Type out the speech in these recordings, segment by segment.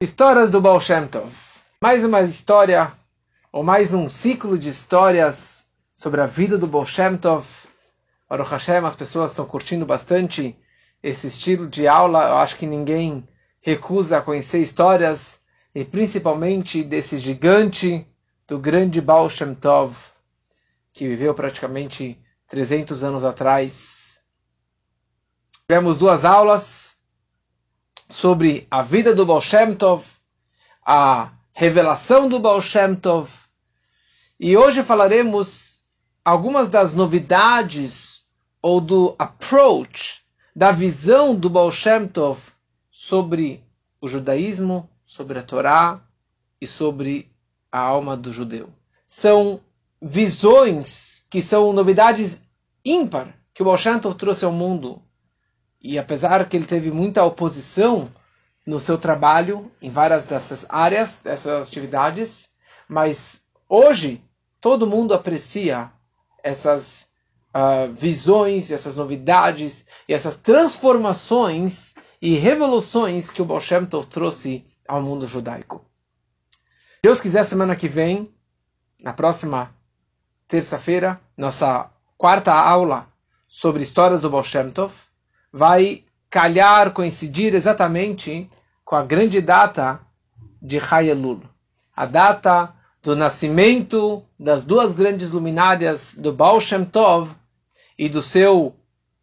Histórias do Baal Shem Tov. Mais uma história, ou mais um ciclo de histórias sobre a vida do Baal Shem Tov. Baruch Hashem, as pessoas estão curtindo bastante esse estilo de aula. Eu acho que ninguém recusa a conhecer histórias, e principalmente desse gigante, do grande Baal Shem Tov, que viveu praticamente 300 anos atrás. Tivemos duas aulas sobre a vida do Baal Shem Tov, a revelação do Baal Shem Tov. E hoje falaremos algumas das novidades ou do approach, da visão do Baal Shem Tov sobre o judaísmo, sobre a Torá e sobre a alma do judeu. São visões que são novidades ímpar que o Baal Shem Tov trouxe ao mundo. E apesar que ele teve muita oposição no seu trabalho, em várias dessas áreas, dessas atividades, mas hoje todo mundo aprecia essas visões, essas novidades, e essas transformações e revoluções que o Baal Shem Tov trouxe ao mundo judaico. Se Deus quiser, semana que vem, na próxima terça-feira, nossa quarta aula sobre histórias do Baal Shem Tov, vai coincidir exatamente com a grande data de Chai Elul, a data do nascimento das duas grandes luminárias do Baal Shem Tov e do seu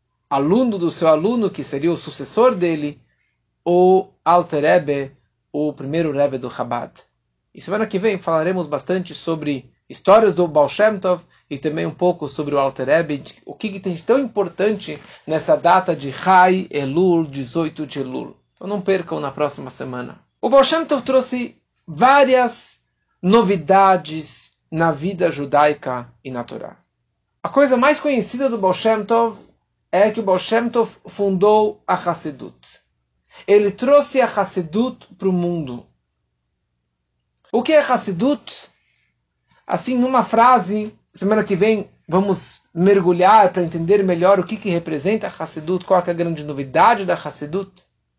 aluno, que seria o sucessor dele, o Alter Rebbe, o primeiro Rebbe do Chabad. E semana que vem falaremos bastante sobre histórias do Baal Shem Tov e também um pouco sobre o Alter Rebbe, o que tem de tão importante nessa data de Chai Elul, 18 de Elul. Então não percam na próxima semana. O Baal Shem Tov trouxe várias novidades na vida judaica e na Torá. A coisa mais conhecida do Baal Shem Tov é que o Baal Shem Tov fundou a Hassidut. Ele trouxe a Hassidut para o mundo. O que é Hassidut? Assim, numa frase, semana que vem vamos mergulhar para entender melhor o que representa a Hassidut, qual é a grande novidade da Hassidut.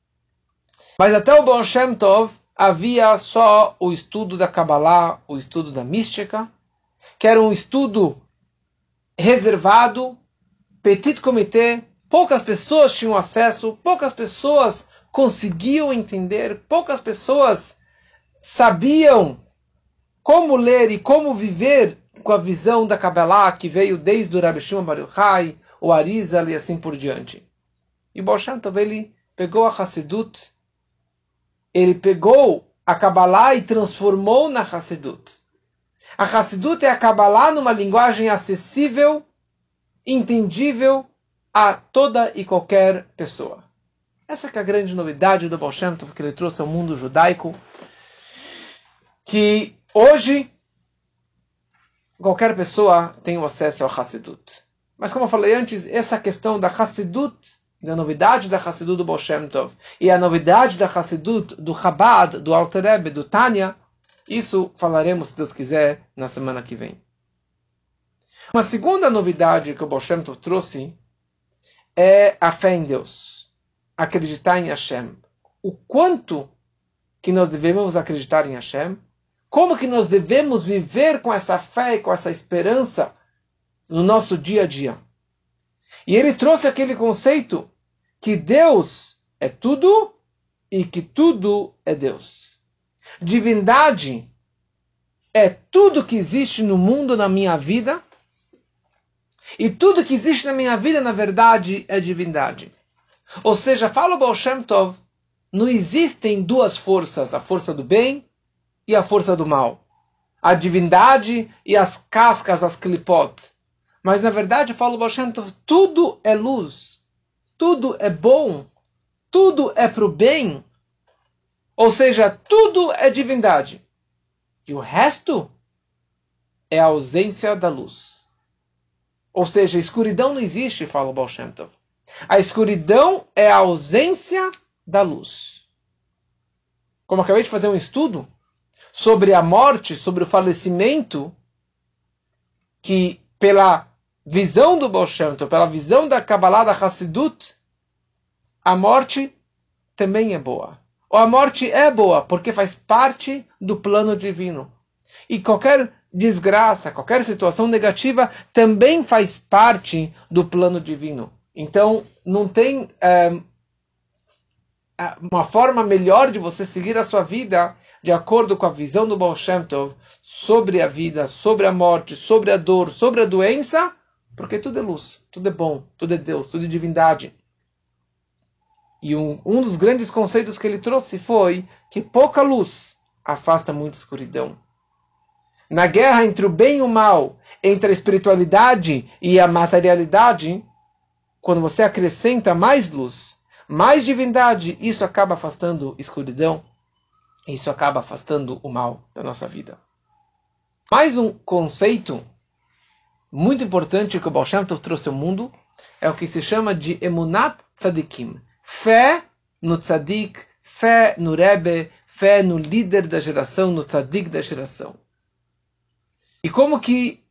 Mas até o Baal Shem Tov havia só o estudo da Kabbalah, o estudo da mística, que era um estudo reservado, petit comité, poucas pessoas tinham acesso, poucas pessoas conseguiam entender, poucas pessoas sabiam como ler e como viver com a visão da Kabbalah que veio desde o Rabbi Shimon Bar Yochai, o Arizal e assim por diante. E o Baal Shem Tov, ele pegou a Hassidut, ele pegou a Kabbalah e transformou na Hassidut. A Hassidut é a Kabbalah numa linguagem acessível, entendível a toda e qualquer pessoa. Essa que é a grande novidade do Baal Shem Tov que ele trouxe ao mundo judaico, que hoje qualquer pessoa tem o acesso ao Hassidut. Mas como eu falei antes, essa questão da Hassidut, da novidade da Hassidut do Baal Shem Tov, e a novidade da Hassidut do Chabad, do Alter Rebbe, do Tanya, isso falaremos, se Deus quiser, na semana que vem. Uma segunda novidade que o Baal Shem Tov trouxe é a fé em Deus. Acreditar em Hashem. O quanto que nós devemos acreditar em Hashem, como que nós devemos viver com essa fé e com essa esperança no nosso dia a dia. E ele trouxe aquele conceito que Deus é tudo e que tudo é Deus. Divindade é tudo que existe no mundo, na minha vida, e tudo que existe na minha vida, na verdade, é divindade. Ou seja, fala o Baal Shem Tov, não existem duas forças, a força do bem e a força do mal. A divindade e as cascas, as klipot. Mas na verdade, fala o Baal Shem Tov, tudo é luz, tudo é bom, tudo é para o bem. Ou seja, tudo é divindade. E o resto é a ausência da luz. Ou seja, a escuridão não existe, fala o Baal Shem Tov. A escuridão é a ausência da luz. Como eu acabei de fazer um estudo sobre a morte, sobre o falecimento, que pela visão do Baal Shem Tov, pela visão da Kabbalah, da Hassidut, a morte também é boa. ou a morte é boa, porque faz parte do plano divino. E qualquer desgraça, qualquer situação negativa também faz parte do plano divino. Então, não tem uma forma melhor de você seguir a sua vida de acordo com a visão do Baal Shem Tov sobre a vida, sobre a morte, sobre a dor, sobre a doença, porque tudo é luz, tudo é bom, tudo é Deus, tudo é divindade. E um dos grandes conceitos que ele trouxe foi que pouca luz afasta muita escuridão. Na guerra entre o bem e o mal, entre a espiritualidade e a materialidade, quando você acrescenta mais luz, mais divindade, isso acaba afastando escuridão, isso acaba afastando o mal da nossa vida. Mais um conceito muito importante que o Baal Shem Tov trouxe ao mundo é o que se chama de Emunat Tzadikim. Fé no Tzadik, fé no Rebbe, fé no líder da geração, no Tzadik da geração. E como que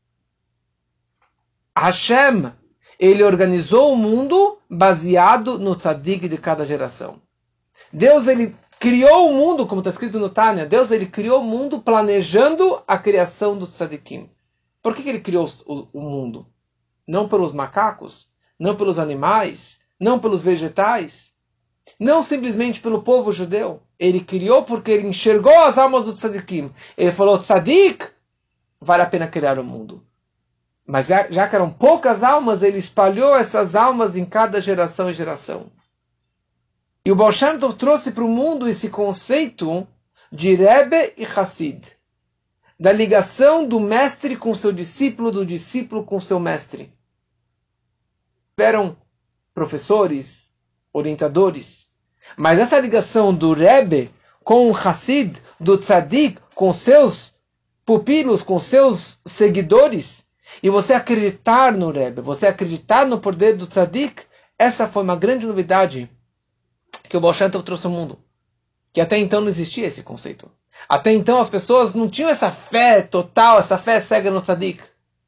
Hashem, ele organizou o mundo baseado no Tzadik de cada geração. Deus, ele criou o mundo, como está escrito no Tânia, Deus, ele criou o mundo planejando a criação do Tzadikim. Por que ele criou o mundo? Não pelos macacos, não pelos animais, não pelos vegetais, não simplesmente pelo povo judeu. Ele criou porque ele enxergou as almas do Tzadikim. Ele falou, Tzadik, vale a pena criar o mundo. Mas já que eram poucas almas, ele espalhou essas almas em cada geração e geração. E o Baal Shem Tov trouxe para o mundo esse conceito de Rebbe e Hassid, da ligação do mestre com seu discípulo, do discípulo com seu mestre. Eram professores, orientadores, mas essa ligação do Rebbe com o Hassid, do Tzadik, com seus pupilos, com seus seguidores, e você acreditar no Rebbe, você acreditar no poder do Tzadik, essa foi uma grande novidade que o Baal Shem Tov trouxe ao mundo. Que até então não existia esse conceito. Até então as pessoas não tinham essa fé total, essa fé cega no Tzadik.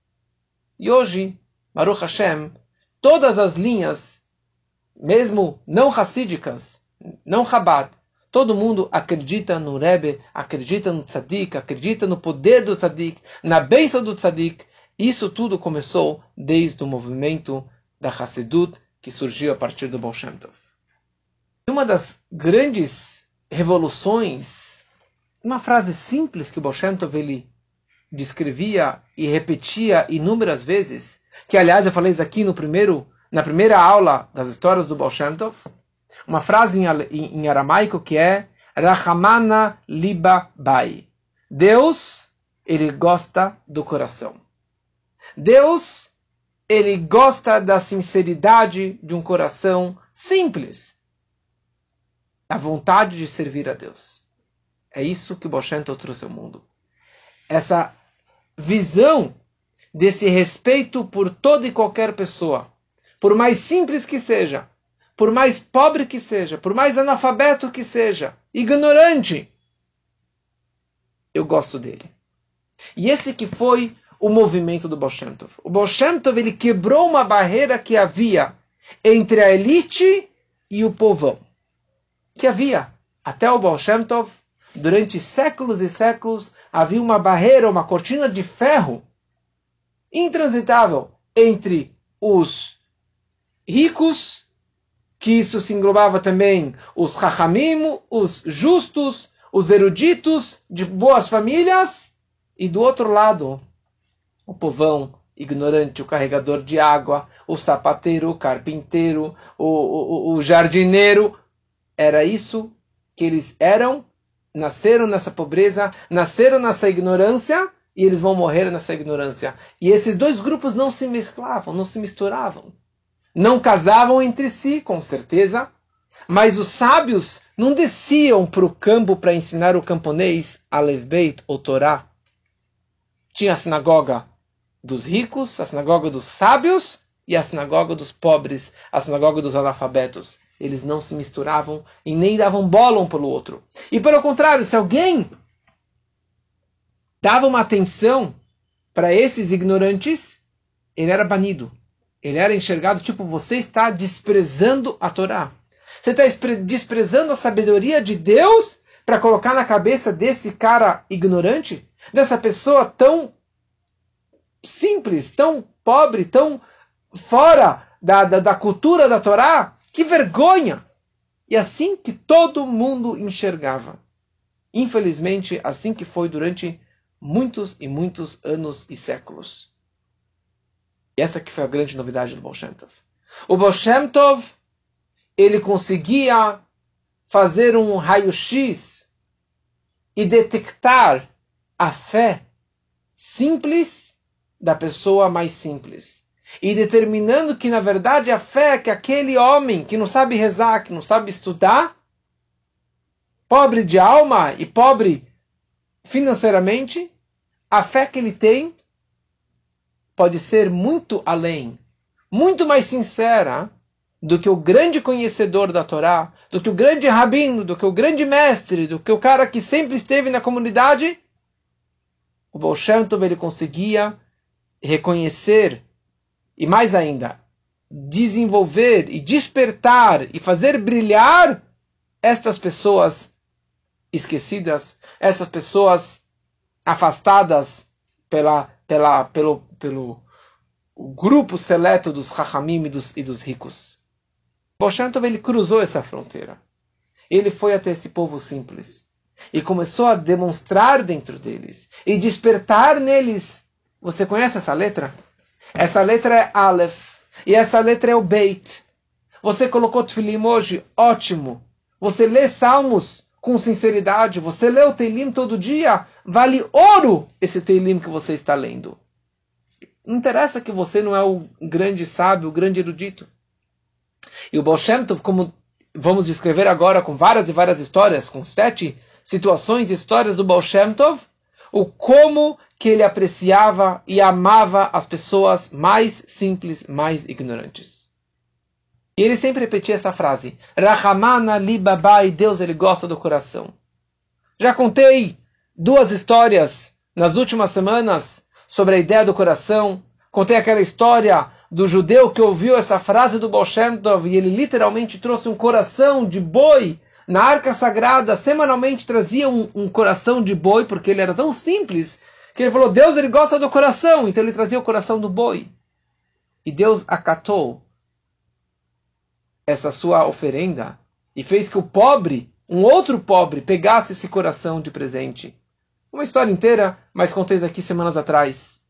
E hoje, Baruch Hashem, todas as linhas, mesmo não racídicas, não Chabad, todo mundo acredita no Rebbe, acredita no Tzadik, acredita no poder do Tzadik, na bênção do Tzadik. Isso tudo começou desde o movimento da Hassidut, que surgiu a partir do Baal Shem Tov. Uma das grandes revoluções, uma frase simples que o Baal Shem Tov ele descrevia e repetia inúmeras vezes, que aliás eu falei isso aqui na primeira aula das histórias do Baal Shem Tov, uma frase em aramaico que é Rachamana Liba Bai. Deus, ele gosta do coração. Deus, ele gosta da sinceridade de um coração simples, da vontade de servir a Deus. É isso que o Baal Shem Tov trouxe ao mundo. Essa visão desse respeito por toda e qualquer pessoa, por mais simples que seja, por mais pobre que seja, por mais analfabeto que seja, ignorante, eu gosto dele. E esse que foi o movimento do Baal Shem Tov. O Baal Shem Tov ele quebrou uma barreira que havia entre a elite e o povão. Que havia, até o Baal Shem Tov, durante séculos e séculos, havia uma barreira, uma cortina de ferro intransitável entre os ricos, que isso se englobava também os Chachamim, os justos, os eruditos de boas famílias, e do outro lado, o povão ignorante, o carregador de água, o sapateiro, o carpinteiro, o jardineiro. Era isso que eles eram, nasceram nessa pobreza, nasceram nessa ignorância, e eles vão morrer nessa ignorância. E esses dois grupos não se mesclavam, não se misturavam. Não casavam entre si, com certeza, mas os sábios não desciam para o campo para ensinar o camponês Alev Beit ou Torá. Tinha a sinagoga dos ricos, a sinagoga dos sábios e a sinagoga dos pobres, a sinagoga dos analfabetos. Eles não se misturavam e nem davam bola um pelo outro. E pelo contrário, se alguém dava uma atenção para esses ignorantes, ele era banido. Ele era enxergado tipo, você está desprezando a Torá. Você está desprezando a sabedoria de Deus para colocar na cabeça desse cara ignorante? Dessa pessoa tão simples, tão pobre, tão fora da cultura da Torá? Que vergonha! E assim que todo mundo enxergava. Infelizmente, assim que foi durante muitos e muitos anos e séculos. E essa que foi a grande novidade do Baal Shem Tov. O Baal Shem Tov, ele conseguia fazer um raio-x e detectar a fé simples da pessoa mais simples. E determinando que, na verdade, a fé que aquele homem que não sabe rezar, que não sabe estudar, pobre de alma e pobre financeiramente, a fé que ele tem pode ser muito além, muito mais sincera do que o grande conhecedor da Torá, do que o grande rabino, do que o grande mestre, do que o cara que sempre esteve na comunidade. O Baal Shem Tov, ele conseguia reconhecer e mais ainda, desenvolver e despertar e fazer brilhar estas pessoas esquecidas, essas pessoas afastadas pelo grupo seleto dos Chachamim e dos ricos. O Baal Shem Tov, ele cruzou essa fronteira. Ele foi até esse povo simples e começou a demonstrar dentro deles e despertar neles. Você conhece essa letra? Essa letra é Aleph e essa letra é o Beit. Você colocou Tfilim hoje? Ótimo. Você lê Salmos com sinceridade, você lê o Teilim todo dia, vale ouro esse Teilim que você está lendo. Não interessa que você não é o grande sábio, o grande erudito. E o Baal Shem Tov, como vamos descrever agora com várias e várias histórias, com 7 situações e histórias do Baal Shem Tov, o como que ele apreciava e amava as pessoas mais simples, mais ignorantes. E ele sempre repetia essa frase, Rahamana li babai, Deus ele gosta do coração. Já contei 2 histórias nas últimas semanas sobre a ideia do coração. Contei aquela história do judeu que ouviu essa frase do Baal Shem Tov e ele literalmente trouxe um coração de boi na arca sagrada. Semanalmente trazia um coração de boi, porque ele era tão simples que ele falou, Deus ele gosta do coração, então ele trazia o coração do boi. E Deus acatou essa sua oferenda e fez que o pobre, um outro pobre, pegasse esse coração de presente. Uma história inteira, mas contei isso aqui semanas atrás.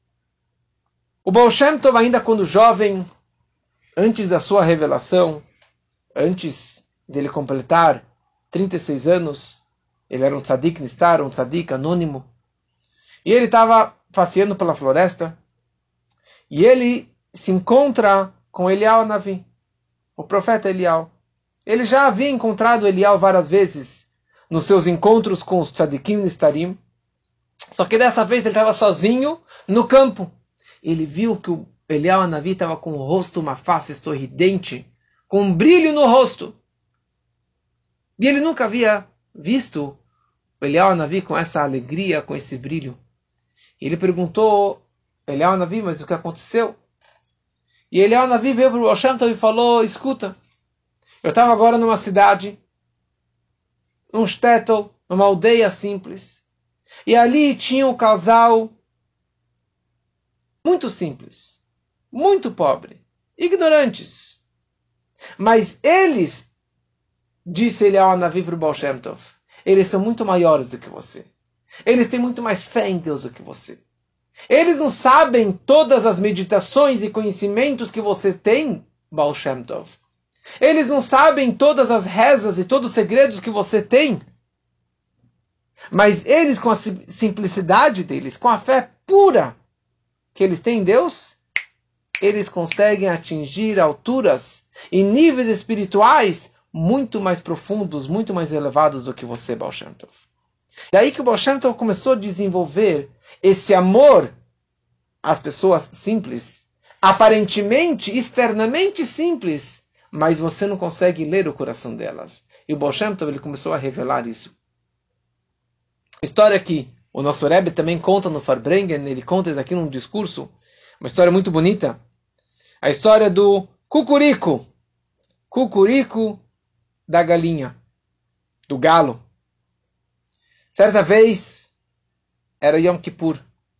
O Baal Shem Tov, ainda quando jovem, antes da sua revelação, antes dele completar 36 anos, ele era um tzadik nistar, um tzadik anônimo, e ele estava passeando pela floresta, e ele se encontra com Eliyahu Navi, o profeta Eliyahu. Ele já havia encontrado Eliyahu várias vezes, nos seus encontros com os tzadikim nistarim, só que dessa vez ele estava sozinho no campo. Ele viu que o Eliyahu Navi estava com o rosto, uma face sorridente, com um brilho no rosto. E ele nunca havia visto o Eliyahu Navi com essa alegria, com esse brilho. Ele perguntou, Eliyahu Navi, mas o que aconteceu? E Eliyahu Navi veio para o Baal Shem Tov e falou, escuta, eu estava agora numa cidade, num shtetl, numa aldeia simples, e ali tinha um casal muito simples, muito pobre, ignorantes. Mas eles, disse Eliyahu Navi para o Baal Shem Tov, eles são muito maiores do que você. Eles têm muito mais fé em Deus do que você. Eles não sabem todas as meditações e conhecimentos que você tem, Baal Shem Tov. Eles não sabem todas as rezas e todos os segredos que você tem. Mas eles, com a simplicidade deles, com a fé pura que eles têm em Deus, eles conseguem atingir alturas e níveis espirituais muito mais profundos, muito mais elevados do que você, Baal Shem Tov. Daí que o Baal Shem Tov começou a desenvolver esse amor às pessoas simples, aparentemente, externamente simples, mas você não consegue ler o coração delas. E o Baal Shem Tov, ele começou a revelar isso. História que o nosso Rebbe também conta no Farbrengen, ele conta isso aqui num discurso, uma história muito bonita. A história do Cucurico. Cucurico, da galinha, do galo. Certa vez, era Yom Kippur.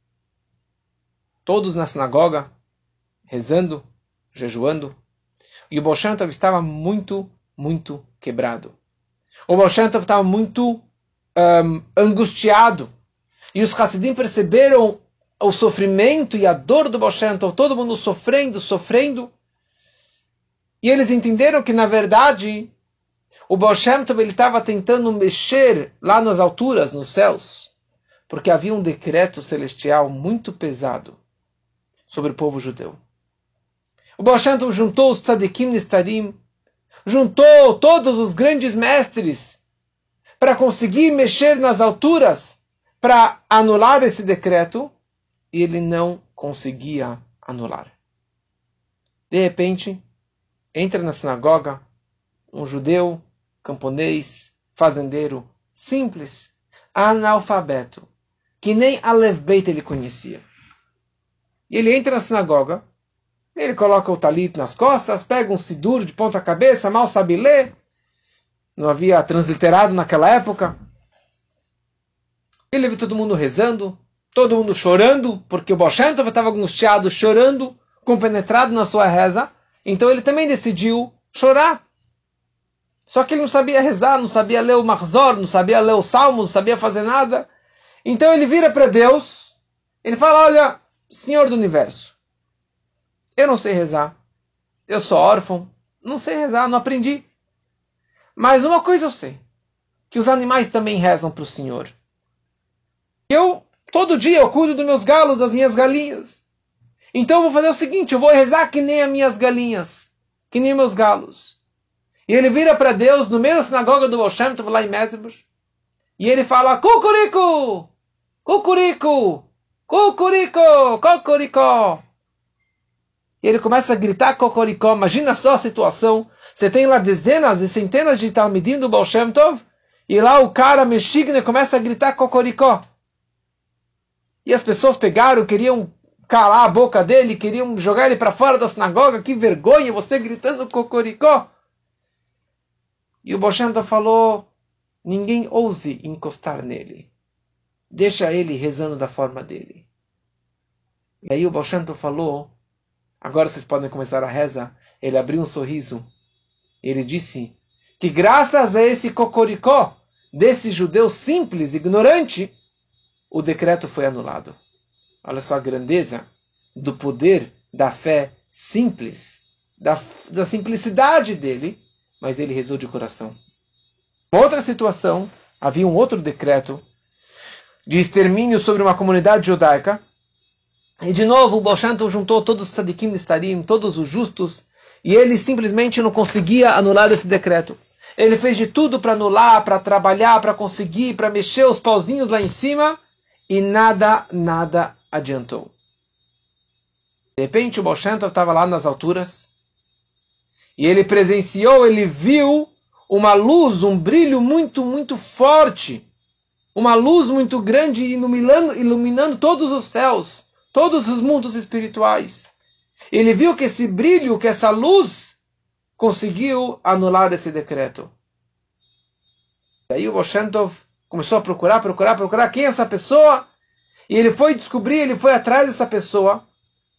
Todos na sinagoga, rezando, jejuando. E o Baal Shem Tov estava muito, muito quebrado. O Baal Shem Tov estava muito angustiado. E os Hassidim perceberam o sofrimento e a dor do Baal Shem Tov, todo mundo sofrendo. E eles entenderam que, na verdade, o Baal Shem Tov estava tentando mexer lá nas alturas, nos céus, porque havia um decreto celestial muito pesado sobre o povo judeu. O Baal Shem Tov juntou os tzadikim nistarim, juntou todos os grandes mestres para conseguir mexer nas alturas, para anular esse decreto, e ele não conseguia anular. De repente, entra na sinagoga um judeu, camponês, fazendeiro, simples, analfabeto, que nem Aleph Beit ele conhecia. E ele entra na sinagoga, ele coloca o talit nas costas, pega um sidur de ponta cabeça, mal sabe ler, não havia transliterado naquela época. Ele viu todo mundo rezando, todo mundo chorando, porque o Baal Shem Tov estava angustiado, chorando, compenetrado na sua reza, então ele também decidiu chorar. Só que ele não sabia rezar, não sabia ler o Mahzor, não sabia ler os Salmos, não sabia fazer nada. Então ele vira para Deus, ele fala, olha, Senhor do Universo, eu não sei rezar, eu sou órfão, não sei rezar, não aprendi. Mas uma coisa eu sei, que os animais também rezam para o Senhor. Todo dia eu cuido dos meus galos, das minhas galinhas. Então eu vou fazer o seguinte, eu vou rezar que nem as minhas galinhas, que nem meus galos. E ele vira para Deus no meio da sinagoga do Baal Shem Tov, lá em Mezebus, e ele fala, Cucurico! Cucurico! Cucurico! Cocoricó! E ele começa a gritar Cocoricó. Imagina só a situação. Você tem lá dezenas e centenas de talmidim do Baal Shem Tov, e lá o cara mexigna começa a gritar Cocoricó. E as pessoas queriam calar a boca dele, queriam jogar ele para fora da sinagoga. Que vergonha, você gritando Cocoricó. E o Baal Shem Tov falou, ninguém ouse encostar nele. Deixa ele rezando da forma dele. E aí o Baal Shem Tov falou, agora vocês podem começar a reza. Ele abriu um sorriso. Ele disse que graças a esse Cocoricó, desse judeu simples, ignorante, o decreto foi anulado. Olha só a grandeza do poder da fé simples, da simplicidade dele, mas ele rezou de coração. Outra situação, havia um outro decreto de extermínio sobre uma comunidade judaica, e de novo o Baal Shem Tov juntou todos os tzadikim nistarim, todos os justos, e ele simplesmente não conseguia anular esse decreto. Ele fez de tudo para anular, para trabalhar, para conseguir, para mexer os pauzinhos lá em cima, e nada adiantou. De repente o Baal Shem Tov estava lá nas alturas, e ele presenciou, ele viu uma luz, um brilho muito, muito forte, uma luz muito grande iluminando todos os céus, todos os mundos espirituais. Ele viu que esse brilho, que essa luz, conseguiu anular esse decreto. E aí o Baal Shem Tov começou a procurar quem é essa pessoa, e ele foi descobrir, ele foi atrás dessa pessoa,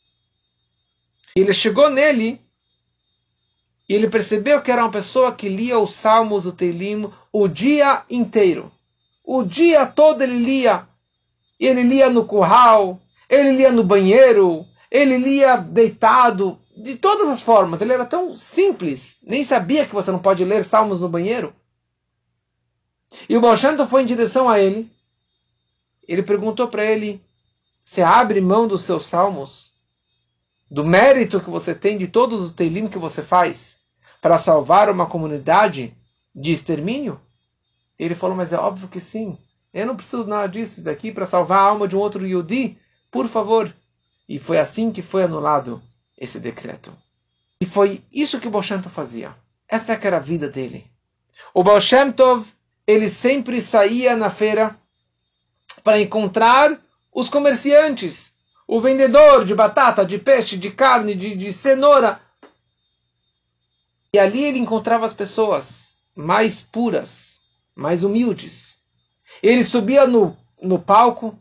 e ele chegou nele, e ele percebeu que era uma pessoa que lia os Salmos, o Teilim, o dia inteiro. O dia todo ele lia. E ele lia no curral, ele lia no banheiro, ele lia deitado, de todas as formas. Ele era tão simples, nem sabia que você não pode ler Salmos no banheiro. E o Baal Shem Tov foi em direção a ele. Ele perguntou para ele, você abre mão dos seus Salmos? Do mérito que você tem de todos os Teilim que você faz para salvar uma comunidade de extermínio? Ele falou, mas é óbvio que sim. Eu não preciso nada disso daqui para salvar a alma de um outro Yehudi. Por favor. E foi assim que foi anulado esse decreto. E foi isso que o Baal Shem Tov fazia. Essa que era a vida dele. O Baal Shem Tov, ele sempre saía na feira para encontrar os comerciantes. O vendedor de batata, de peixe, de carne, de cenoura. E ali ele encontrava as pessoas. mais puras, mais humildes. Ele subia no palco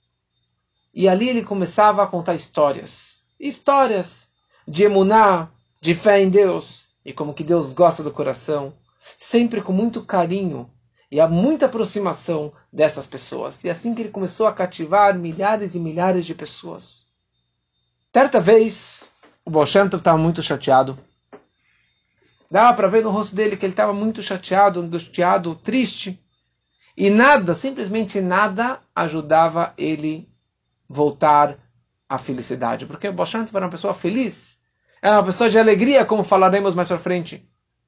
e ali ele começava a contar histórias. Histórias de emuná, de fé em Deus e como que Deus gosta do coração. Sempre com muito carinho e há muita aproximação dessas pessoas. E assim que ele começou a cativar milhares e milhares de pessoas. Certa vez, o Baal Shem Tov estava muito chateado. Dava para ver no rosto dele que ele estava muito chateado, angustiado, triste. E nada, simplesmente nada, ajudava ele voltar à felicidade. Porque o Baal Shem Tov era uma pessoa feliz. Era uma pessoa de alegria, como falaremos mais para frente.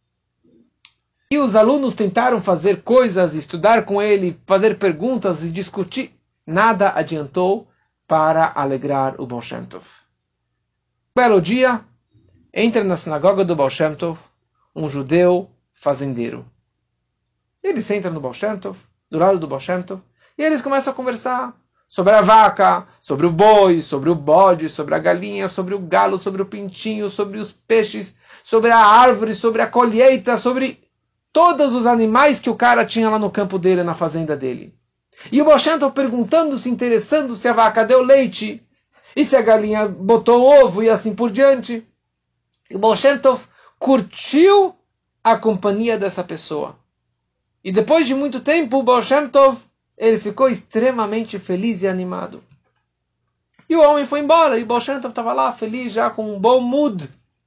E os alunos tentaram fazer coisas, estudar com ele, fazer perguntas e discutir. Nada adiantou para alegrar o Baal Shem Tov. Um belo dia, entra na sinagoga do Baal Shem Tov um judeu fazendeiro. Ele senta no Baal Shem Tov, do lado do Baal Shem Tov, e eles começam a conversar sobre a vaca, sobre o boi, sobre o bode, sobre a galinha, sobre o galo, sobre o pintinho, sobre os peixes, sobre a árvore, sobre a colheita, sobre todos os animais que o cara tinha lá no campo dele, na fazenda dele. E o Baal Shem Tov perguntando, se interessando se a vaca deu leite, e se a galinha botou ovo, e assim por diante. E o Baal Shem Tov curtiu a companhia dessa pessoa. E depois de muito tempo, o Baal Shem Tov, ele ficou extremamente feliz e animado. E o homem foi embora, e o Baal Shem Tov estava lá, feliz, já com um bom mood.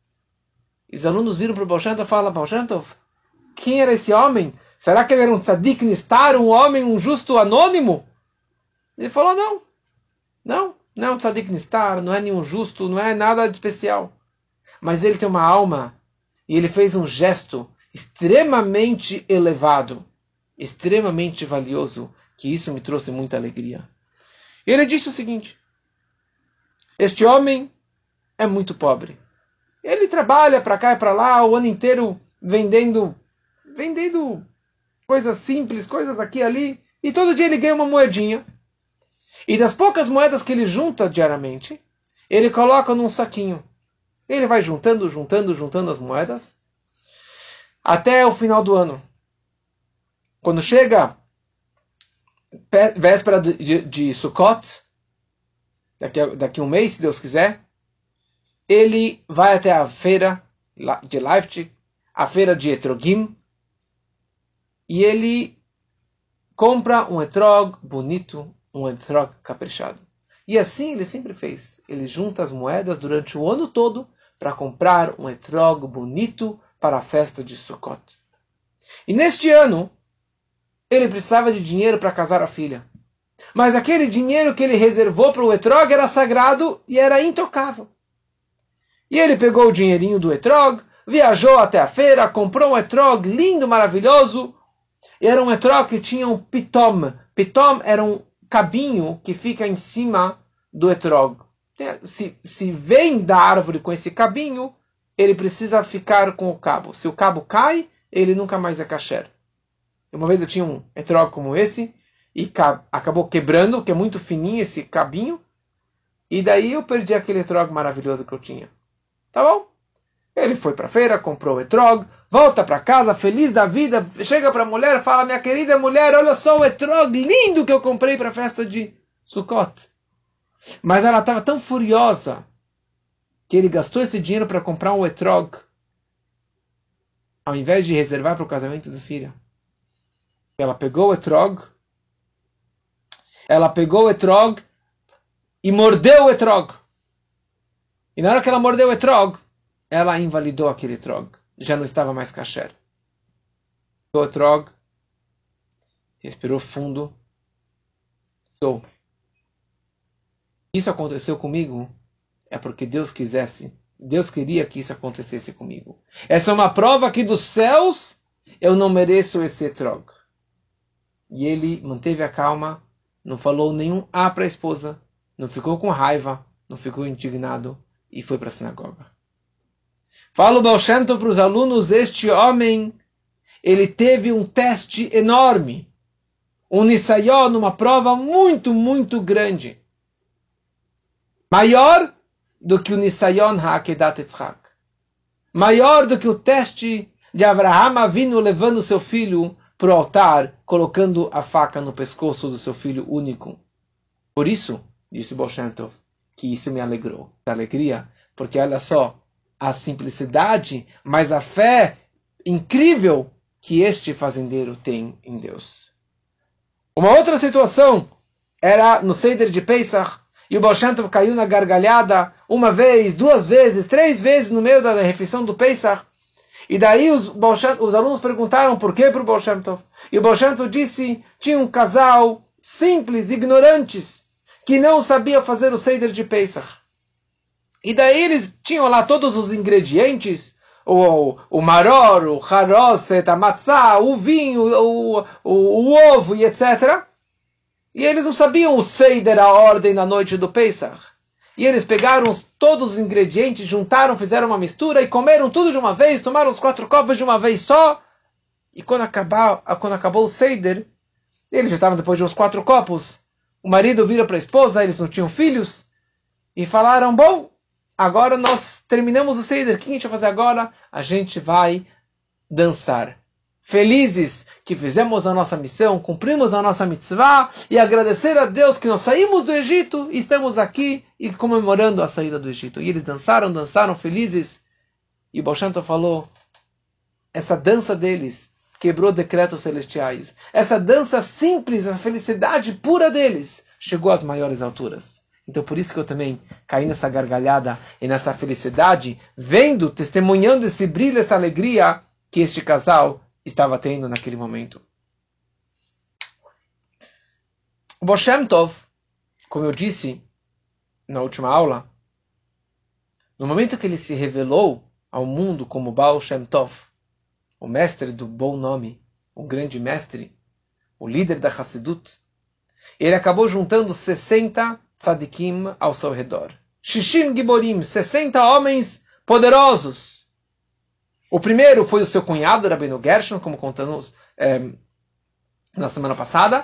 E os alunos viram para o Baal Shem Tov e falaram: Baal Shem Tov, quem era esse homem? Será que ele era um tzadik nistar, um homem, um justo anônimo? Ele falou: não é um tzadik nistar, não é nenhum justo, não é nada de especial. Mas ele tem uma alma, e ele fez um gesto extremamente elevado, extremamente valioso, que isso me trouxe muita alegria. E ele disse o seguinte: este homem é muito pobre. Ele trabalha para cá e para lá o ano inteiro vendendo coisas simples, coisas aqui e ali, e todo dia ele ganha uma moedinha. E das poucas moedas que ele junta diariamente, ele coloca num saquinho. Ele vai juntando as moedas até o final do ano. Quando chega véspera de Sukkot, daqui a um mês, se Deus quiser, ele vai até a feira de Leipzig, a feira de Etrogim, e ele compra um etrog bonito, um etrog caprichado. E assim ele sempre fez. Ele junta as moedas durante o ano todo para comprar um etrog bonito para a festa de Sukkot. E neste ano, ele precisava de dinheiro para casar a filha. Mas aquele dinheiro que ele reservou para o etrog era sagrado e era intocável. E ele pegou o dinheirinho do etrog, viajou até a feira, comprou um etrog lindo, maravilhoso. E era um etrog que tinha um pitom. Pitom era um cabinho que fica em cima do etrog. Se vem da árvore com esse cabinho, ele precisa ficar com o cabo. Se o cabo cai, ele nunca mais é kasher. Uma vez eu tinha um etrog como esse, e acabou quebrando, que é muito fininho esse cabinho, e daí eu perdi aquele etrog maravilhoso que eu tinha. Tá bom? Ele foi para a feira, comprou o etrog, volta para casa, feliz da vida, chega para a mulher, fala: minha querida mulher, olha só o etrog lindo que eu comprei para a festa de Sukkot. Mas ela estava tão furiosa que ele gastou esse dinheiro para comprar um etrog, ao invés de reservar para o casamento da filha. Ela pegou o etrog e mordeu o etrog. E na hora que ela mordeu o etrog, ela invalidou aquele etrog. Já não estava mais kasher. O etrog respirou fundo. Isso aconteceu comigo é porque Deus queria que isso acontecesse comigo. Essa é uma prova que dos céus eu não mereço esse etrog. E ele manteve a calma, não falou nenhum A para a esposa, não ficou com raiva, não ficou indignado e foi para a sinagoga. Fala o Baal Shem Tov para os alunos: este homem, ele teve um teste enorme, um nisayon, uma prova muito, muito grande. Maior do que o nisayon ha'akedat Yitzhak. Maior do que o teste de Abraham Avinu levando seu filho para o altar, colocando a faca no pescoço do seu filho único. Por isso, disse Baal Shem Tov, que isso me alegrou. A alegria, porque olha só, a simplicidade, mas a fé incrível que este fazendeiro tem em Deus. Uma outra situação era no Seder de Pesach, e o Baal Shem Tov caiu na gargalhada uma vez, 2 vezes, 3 vezes no meio da refeição do Pesach. E daí os alunos perguntaram por que para o Baal Shem Tov. E o Baal Shem Tov disse, tinha um casal simples, ignorantes, que não sabia fazer o Seder de Pesach. E daí eles tinham lá todos os ingredientes, o maror, o haroset, a matzá, o vinho, o ovo e etc. E eles não sabiam o Seder, a ordem da noite do Pesach. E eles pegaram todos os ingredientes, juntaram, fizeram uma mistura e comeram tudo de uma vez, tomaram os 4 copos de uma vez só. E quando acabou o Seder, eles já estavam depois de uns 4 copos. O marido vira para a esposa, eles não tinham filhos, e falaram, bom, agora nós terminamos o Seder, o que a gente vai fazer agora? A gente vai dançar. Felizes que fizemos a nossa missão, cumprimos a nossa mitzvah, e agradecer a Deus que nós saímos do Egito, e estamos aqui e comemorando a saída do Egito. E eles dançaram felizes. E o Baal Shem Tov falou, essa dança deles quebrou decretos celestiais. Essa dança simples, a felicidade pura deles, chegou às maiores alturas. Então por isso que eu também caí nessa gargalhada e nessa felicidade, vendo, testemunhando esse brilho, essa alegria que este casal estava tendo naquele momento. O Baal Shem Tov, como eu disse na última aula, no momento que ele se revelou ao mundo como Baal Shem Tov, o mestre do bom nome, o grande mestre, o líder da Hassidut, ele acabou juntando 60 tzadikim ao seu redor. Shishim Giborim, 60 homens poderosos. O primeiro foi o seu cunhado, Rabbeinu Gershon, como contamos na semana passada.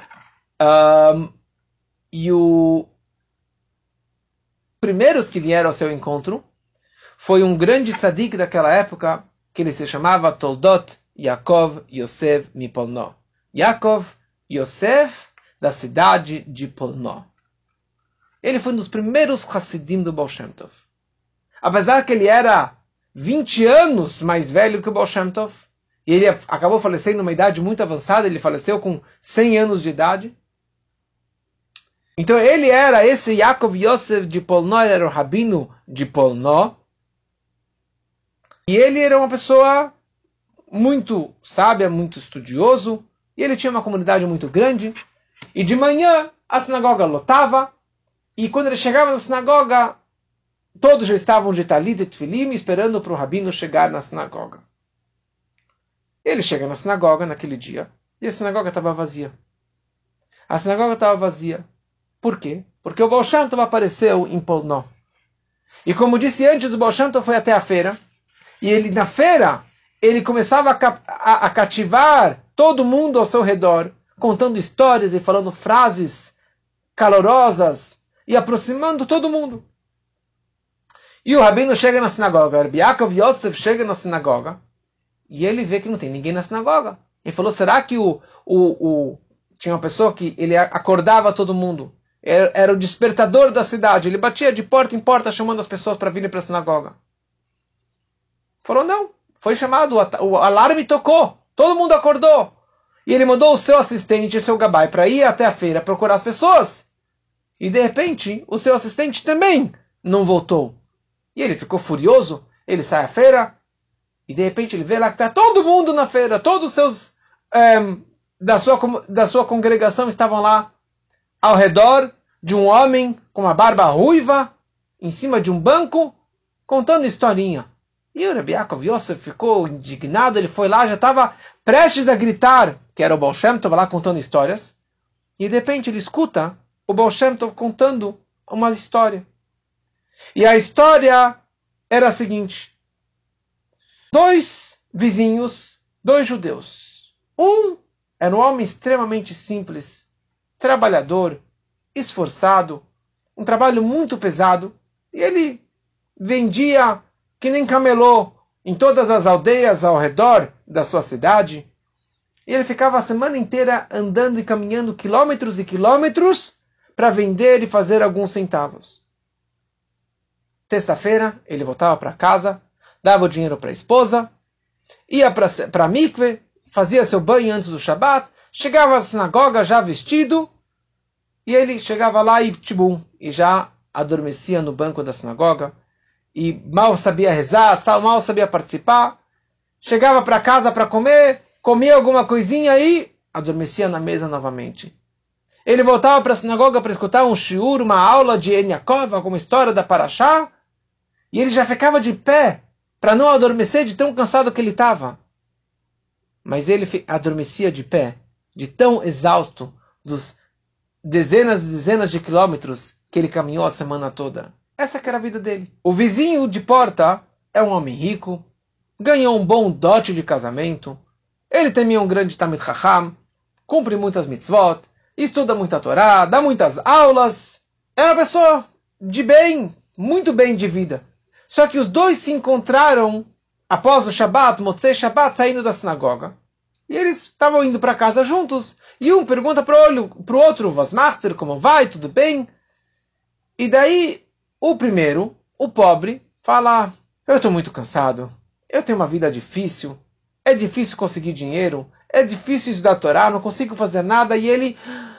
E os primeiros que vieram ao seu encontro foi um grande tzadik daquela época, que ele se chamava Toldot Yaakov Yosef Mipolno. Yaakov Yosef, da cidade de Polno. Ele foi um dos primeiros Hassidim do Baal Shem Tov. Apesar que ele era 20 anos mais velho que o Baal Shem Tov, e ele acabou falecendo numa idade muito avançada, ele faleceu com 100 anos de idade. Então ele era esse Yaakov Yosef de Polno, ele era o rabino de Polno, e ele era uma pessoa muito sábia, muito estudioso, e ele tinha uma comunidade muito grande, e de manhã a sinagoga lotava, e quando ele chegava na sinagoga, todos já estavam de talit e tefilim, esperando para o rabino chegar na sinagoga. Ele chega na sinagoga naquele dia, e a sinagoga estava vazia. A sinagoga estava vazia. Por quê? Porque o Baal Shem Tov apareceu em Polno. E como disse antes, o Baal Shem Tov foi até a feira, e ele na feira, ele começava a cativar todo mundo ao seu redor, contando histórias e falando frases calorosas, e aproximando todo mundo. E o rabino chega na sinagoga, Rabbi Yaakov Yosef chega na sinagoga, e ele vê que não tem ninguém na sinagoga. Ele falou, será que tinha uma pessoa que ele acordava todo mundo? Era o despertador da cidade, ele batia de porta em porta chamando as pessoas para virem para a sinagoga. Falou, não, foi chamado, o alarme tocou, todo mundo acordou. E ele mandou o seu assistente, o seu gabai, para ir até a feira procurar as pessoas. E de repente, o seu assistente também não voltou. E ele ficou furioso, ele sai à feira, e de repente ele vê lá que está todo mundo na feira, todos os seus da sua congregação estavam lá, ao redor de um homem com uma barba ruiva, em cima de um banco, contando historinha. E o Rabbi Yaakov Yosef ficou indignado, ele foi lá, já estava prestes a gritar, que era o Baal Shem Tov lá contando histórias, e de repente ele escuta o Baal Shem Tov contando uma história. E a história era a seguinte: 2 vizinhos, 2 judeus. Um era um homem extremamente simples, trabalhador, esforçado, um trabalho muito pesado, e ele vendia que nem camelô em todas as aldeias ao redor da sua cidade. E ele ficava a semana inteira andando e caminhando quilômetros e quilômetros para vender e fazer alguns centavos. Sexta-feira, ele voltava para casa, dava o dinheiro para a esposa, ia para a mikve, fazia seu banho antes do Shabat, chegava à sinagoga já vestido, e ele chegava lá e já adormecia no banco da sinagoga, e mal sabia rezar, mal sabia participar, chegava para casa para comer, comia alguma coisinha e adormecia na mesa novamente. Ele voltava para a sinagoga para escutar um shiur, uma aula de En Yaakov, alguma história da Parashá, e ele já ficava de pé para não adormecer de tão cansado que ele estava. Mas ele adormecia de pé, de tão exausto dos dezenas e dezenas de quilômetros que ele caminhou a semana toda. Essa que era a vida dele. O vizinho de porta é um homem rico, ganhou um bom dote de casamento, ele temia um grande Talmid Chacham, cumpre muitas mitzvot, estuda muita Torá, dá muitas aulas, é uma pessoa de bem, muito bem de vida. Só que os dois se encontraram após o Shabat, Motzei Shabat, saindo da sinagoga. E eles estavam indo para casa juntos. E um pergunta para o outro, Was Master, como vai, tudo bem? E daí, o primeiro, o pobre, fala, eu estou muito cansado, eu tenho uma vida difícil, é difícil conseguir dinheiro, é difícil estudar Torá, não consigo fazer nada. E ele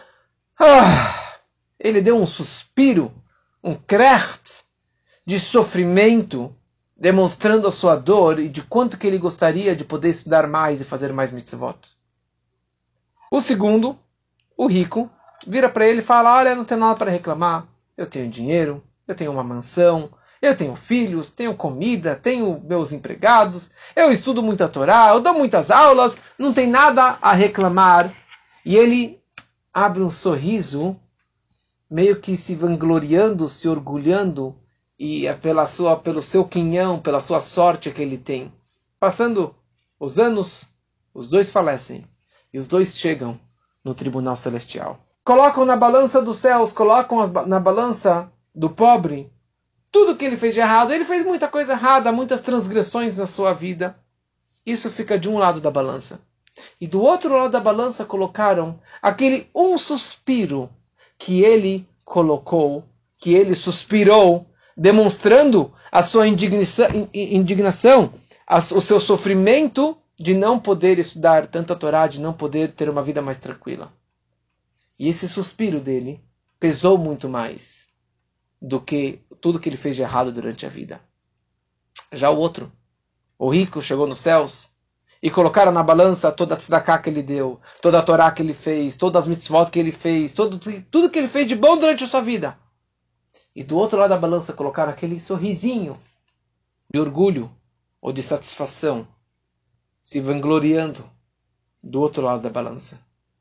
deu um suspiro, um krecht de sofrimento, demonstrando a sua dor e de quanto que ele gostaria de poder estudar mais e fazer mais mitzvot. O segundo, o rico, vira para ele e fala, olha, não tenho nada para reclamar, eu tenho dinheiro, eu tenho uma mansão, eu tenho filhos, tenho comida, tenho meus empregados, eu estudo muita Torá, eu dou muitas aulas, não tem nada a reclamar. E ele abre um sorriso, meio que se vangloriando, se orgulhando, e pelo seu quinhão, pela sua sorte que ele tem. Passando os anos, os dois falecem, e os dois chegam no tribunal celestial. Colocam na balança dos céus, colocam na balança do pobre, tudo que ele fez de errado. Ele fez muita coisa errada, muitas transgressões na sua vida. Isso fica de um lado da balança. E do outro lado da balança colocaram aquele um suspiro que ele colocou, que ele suspirou, demonstrando a sua indignação, o seu sofrimento de não poder estudar tanta Torá, de não poder ter uma vida mais tranquila. E esse suspiro dele pesou muito mais do que tudo que ele fez de errado durante a vida. Já o outro, o rico, chegou nos céus e colocaram na balança toda a tzedakah que ele deu, toda a Torá que ele fez, todas as mitzvot que ele fez, tudo que ele fez de bom durante a sua vida. E do outro lado da balança colocaram aquele sorrisinho de orgulho ou de satisfação, se vangloriando do outro lado da balança.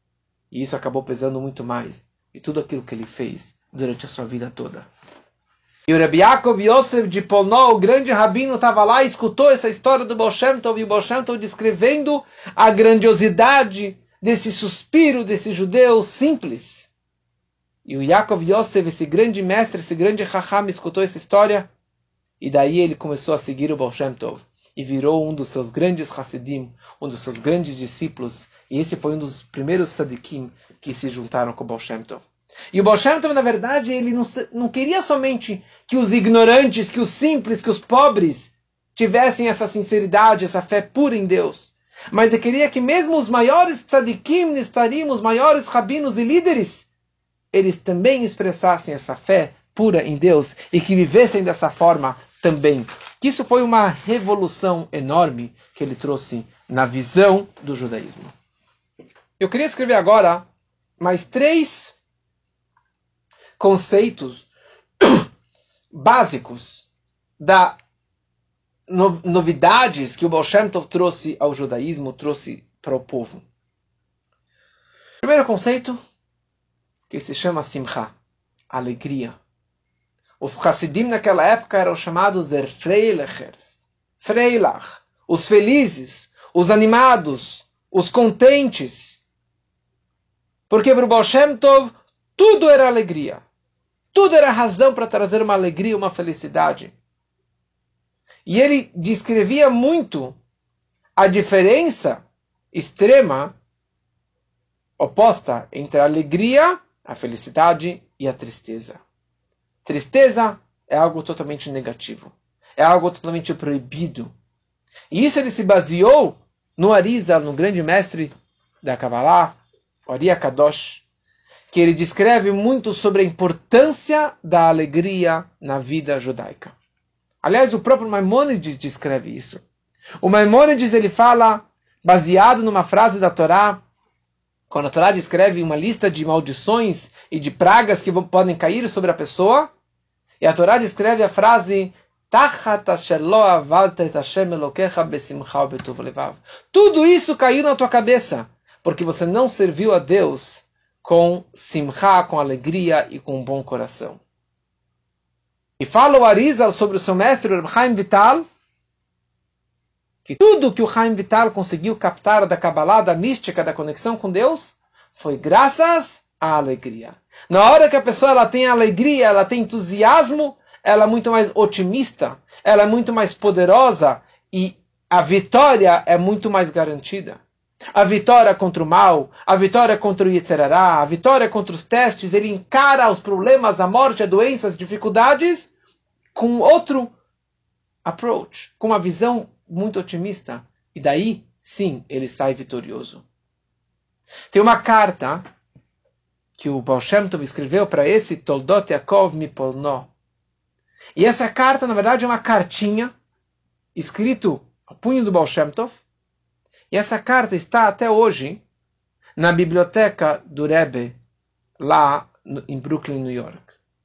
E isso acabou pesando muito mais de tudo aquilo que ele fez durante a sua vida toda. E o Rabbi Yaakov Yosef de Polnó, o grande rabino, estava lá e escutou essa história do Baal Shem Tov, e o Baal Shem Tov descrevendo a grandiosidade desse suspiro desse judeu simples. E o Yaakov Yosef, esse grande mestre, esse grande Chacham, escutou essa história, e daí ele começou a seguir o Baal Shem Tov, e virou um dos seus grandes Hassidim, um dos seus grandes discípulos, e esse foi um dos primeiros tzadikim que se juntaram com o Baal Shem Tov. E o Baal Shem Tov, na verdade, ele não queria somente que os ignorantes, que os simples, que os pobres tivessem essa sinceridade, essa fé pura em Deus, mas ele queria que mesmo os maiores tzadikim, nistarim, os maiores rabinos e líderes, eles também expressassem essa fé pura em Deus e que vivessem dessa forma também. Isso foi uma revolução enorme que ele trouxe na visão do judaísmo. Eu queria escrever agora mais 3 conceitos básicos da novidades que o Baal Shem Tov trouxe ao judaísmo, trouxe para o povo. Primeiro conceito, que se chama Simcha, alegria. Os Hassidim naquela época eram chamados de Freilachers, Freilach, os felizes, os animados, os contentes. Porque para o Baal Shem Tov tudo era alegria. Tudo era razão para trazer uma alegria, uma felicidade. E ele descrevia muito a diferença extrema, oposta entre a alegria, a felicidade e a tristeza. Tristeza é algo totalmente negativo. É algo totalmente proibido. E isso ele se baseou no Arizal, no grande mestre da Kabbalah, o Ari Kadosh, que ele descreve muito sobre a importância da alegria na vida judaica. Aliás, o próprio Maimônides descreve isso. O Maimônides ele fala, baseado numa frase da Torá, quando a Torá descreve uma lista de maldições e de pragas que podem cair sobre a pessoa, e a Torá descreve a frase tudo isso caiu na tua cabeça, porque você não serviu a Deus com simcha, com alegria e com um bom coração. E fala o Arizal sobre o seu mestre, o Chaim Vital, que tudo que o Chaim Vital conseguiu captar da Kabbalah, da mística, da conexão com Deus, foi graças à alegria. Na hora que a pessoa ela tem alegria, ela tem entusiasmo, ela é muito mais otimista, ela é muito mais poderosa e a vitória é muito mais garantida. A vitória contra o mal, a vitória contra o Yetzerará, a vitória contra os testes, ele encara os problemas, a morte, a doença, as dificuldades com outro approach, com uma visão muito otimista. E daí, sim, ele sai vitorioso. Tem uma carta que o Baal Shem Tov escreveu para esse Toldot Yaakov Mipolno. E essa carta, na verdade, é uma cartinha escrito ao punho do Baal Shem Tov. E essa carta está até hoje na biblioteca do Rebbe, lá em Brooklyn, New York.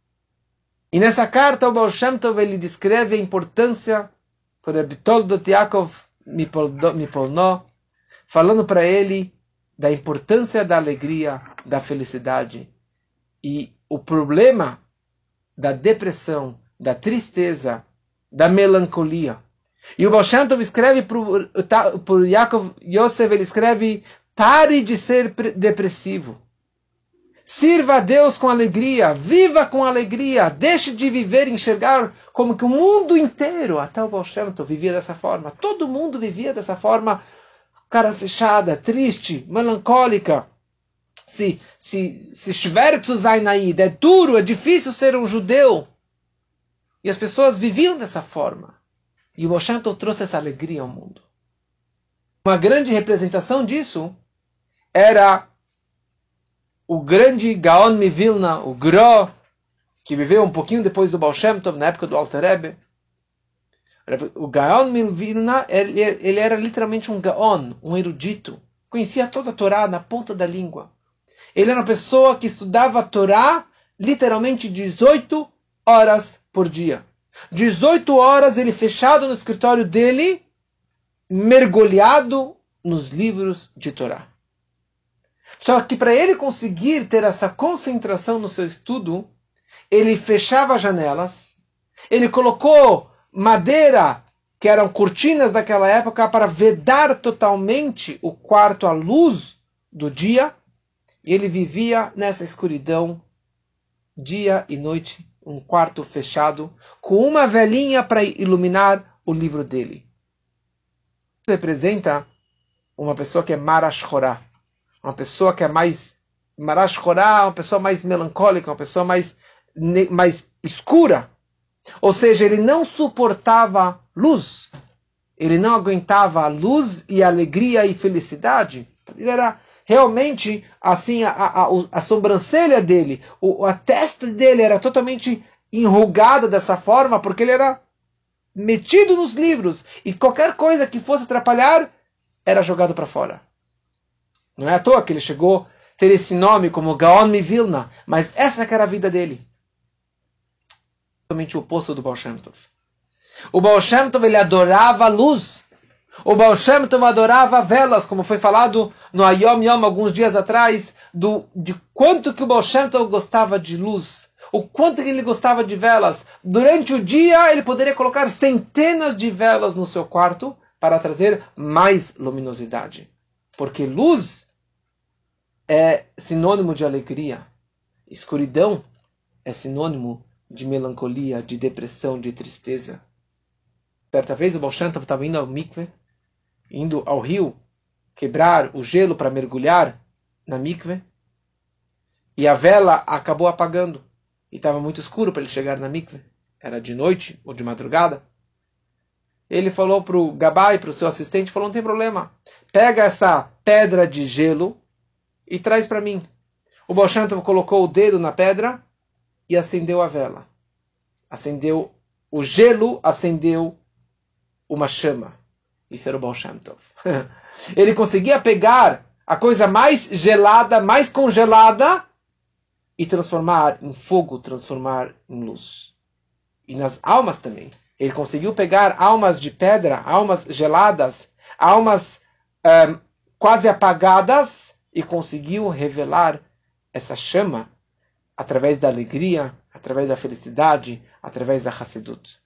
E nessa carta o Baal Shem Tov ele descreve a importância por Rebbe Toldot Yaakov Mipolno, falando para ele da importância da alegria, da felicidade. E o problema da depressão, da tristeza, da melancolia. E o Baal Shem Tov escreve por Yaakov Yosef, ele escreve: pare de ser depressivo. Sirva a Deus com alegria, viva com alegria, deixe de viver e enxergar como que o mundo inteiro, até o Baal Shem Tov, vivia dessa forma. Todo mundo vivia dessa forma, cara fechada, triste, melancólica. Se schwer zu sein aí, é duro, é difícil ser um judeu. E as pessoas viviam dessa forma. E o Baal Shem Tov trouxe essa alegria ao mundo. Uma grande representação disso era o grande Gaon Mivilna, o Gro, que viveu um pouquinho depois do Baal Shem Tov, na época do Alter Rebbe. O Gaon Mivilna, ele era literalmente um Gaon, um erudito. Conhecia toda a Torá na ponta da língua. Ele era uma pessoa que estudava a Torá literalmente 18 horas por dia. 18 horas ele fechado no escritório dele, mergulhado nos livros de Torá. Só que para ele conseguir ter essa concentração no seu estudo, ele fechava as janelas, ele colocou madeira, que eram cortinas daquela época, para vedar totalmente o quarto à luz do dia, e ele vivia nessa escuridão, dia e noite, um quarto fechado, com uma velinha para iluminar o livro dele. Isso representa uma pessoa que é Marash Chorá, uma pessoa que é mais Marash Chorá, uma pessoa mais melancólica, uma pessoa mais escura. Ou seja, ele não suportava luz. Ele não aguentava a luz e a alegria e felicidade. Ele era realmente, assim, a sobrancelha dele, a testa dele era totalmente enrugada dessa forma, porque ele era metido nos livros. E qualquer coisa que fosse atrapalhar, era jogado para fora. Não é à toa que ele chegou a ter esse nome como Gaon Mivilna, mas essa que era a vida dele. Totalmente o oposto do Baal Shem Tov. O Baal Shem Tov, ele adorava a luz. O Baal Shem Tov adorava velas, como foi falado no Ayom Yom alguns dias atrás, de quanto que o Baal Shem Tov gostava de luz, o quanto que ele gostava de velas. Durante o dia ele poderia colocar centenas de velas no seu quarto para trazer mais luminosidade. Porque luz é sinônimo de alegria. Escuridão é sinônimo de melancolia, de depressão, de tristeza. Certa vez o Baal Shem Tov estava indo ao mikve, indo ao rio, quebrar o gelo para mergulhar na mikve, e a vela acabou apagando. E estava muito escuro para ele chegar na mikve. Era de noite ou de madrugada. Ele falou para o Gabai, para o seu assistente, falou, não tem problema. Pega essa pedra de gelo e traz para mim. O Baal Shem Tov colocou o dedo na pedra e acendeu a vela. Acendeu o gelo, acendeu uma chama. Isso era o Baal Shem Tov. Ele conseguia pegar a coisa mais gelada, mais congelada, e transformar em fogo, transformar em luz. E nas almas também. Ele conseguiu pegar almas de pedra, almas geladas, almas quase apagadas, e conseguiu revelar essa chama através da alegria, através da felicidade, através da Hassidut.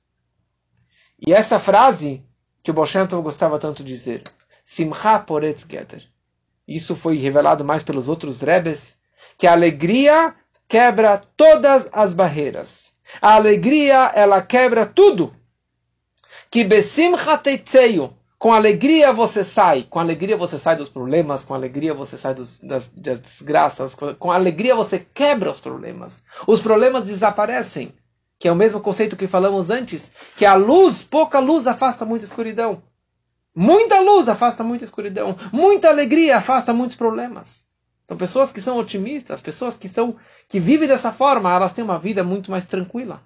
E essa frase que o Baal Shem Tov gostava tanto de dizer, Simcha Poretz Geter. Isso foi revelado mais pelos outros Rebes, que a alegria quebra todas as barreiras. A alegria, ela quebra tudo. Que besimcha teitzeyu. Com alegria você sai. Com alegria você sai dos problemas. Com alegria você sai das desgraças. Com alegria você quebra os problemas. Os problemas desaparecem. Que é o mesmo conceito que falamos antes. Que a luz, pouca luz afasta muita escuridão. Muita luz afasta muita escuridão. Muita alegria afasta muitos problemas. Então, pessoas que são otimistas, pessoas que vivem dessa forma, elas têm uma vida muito mais tranquila.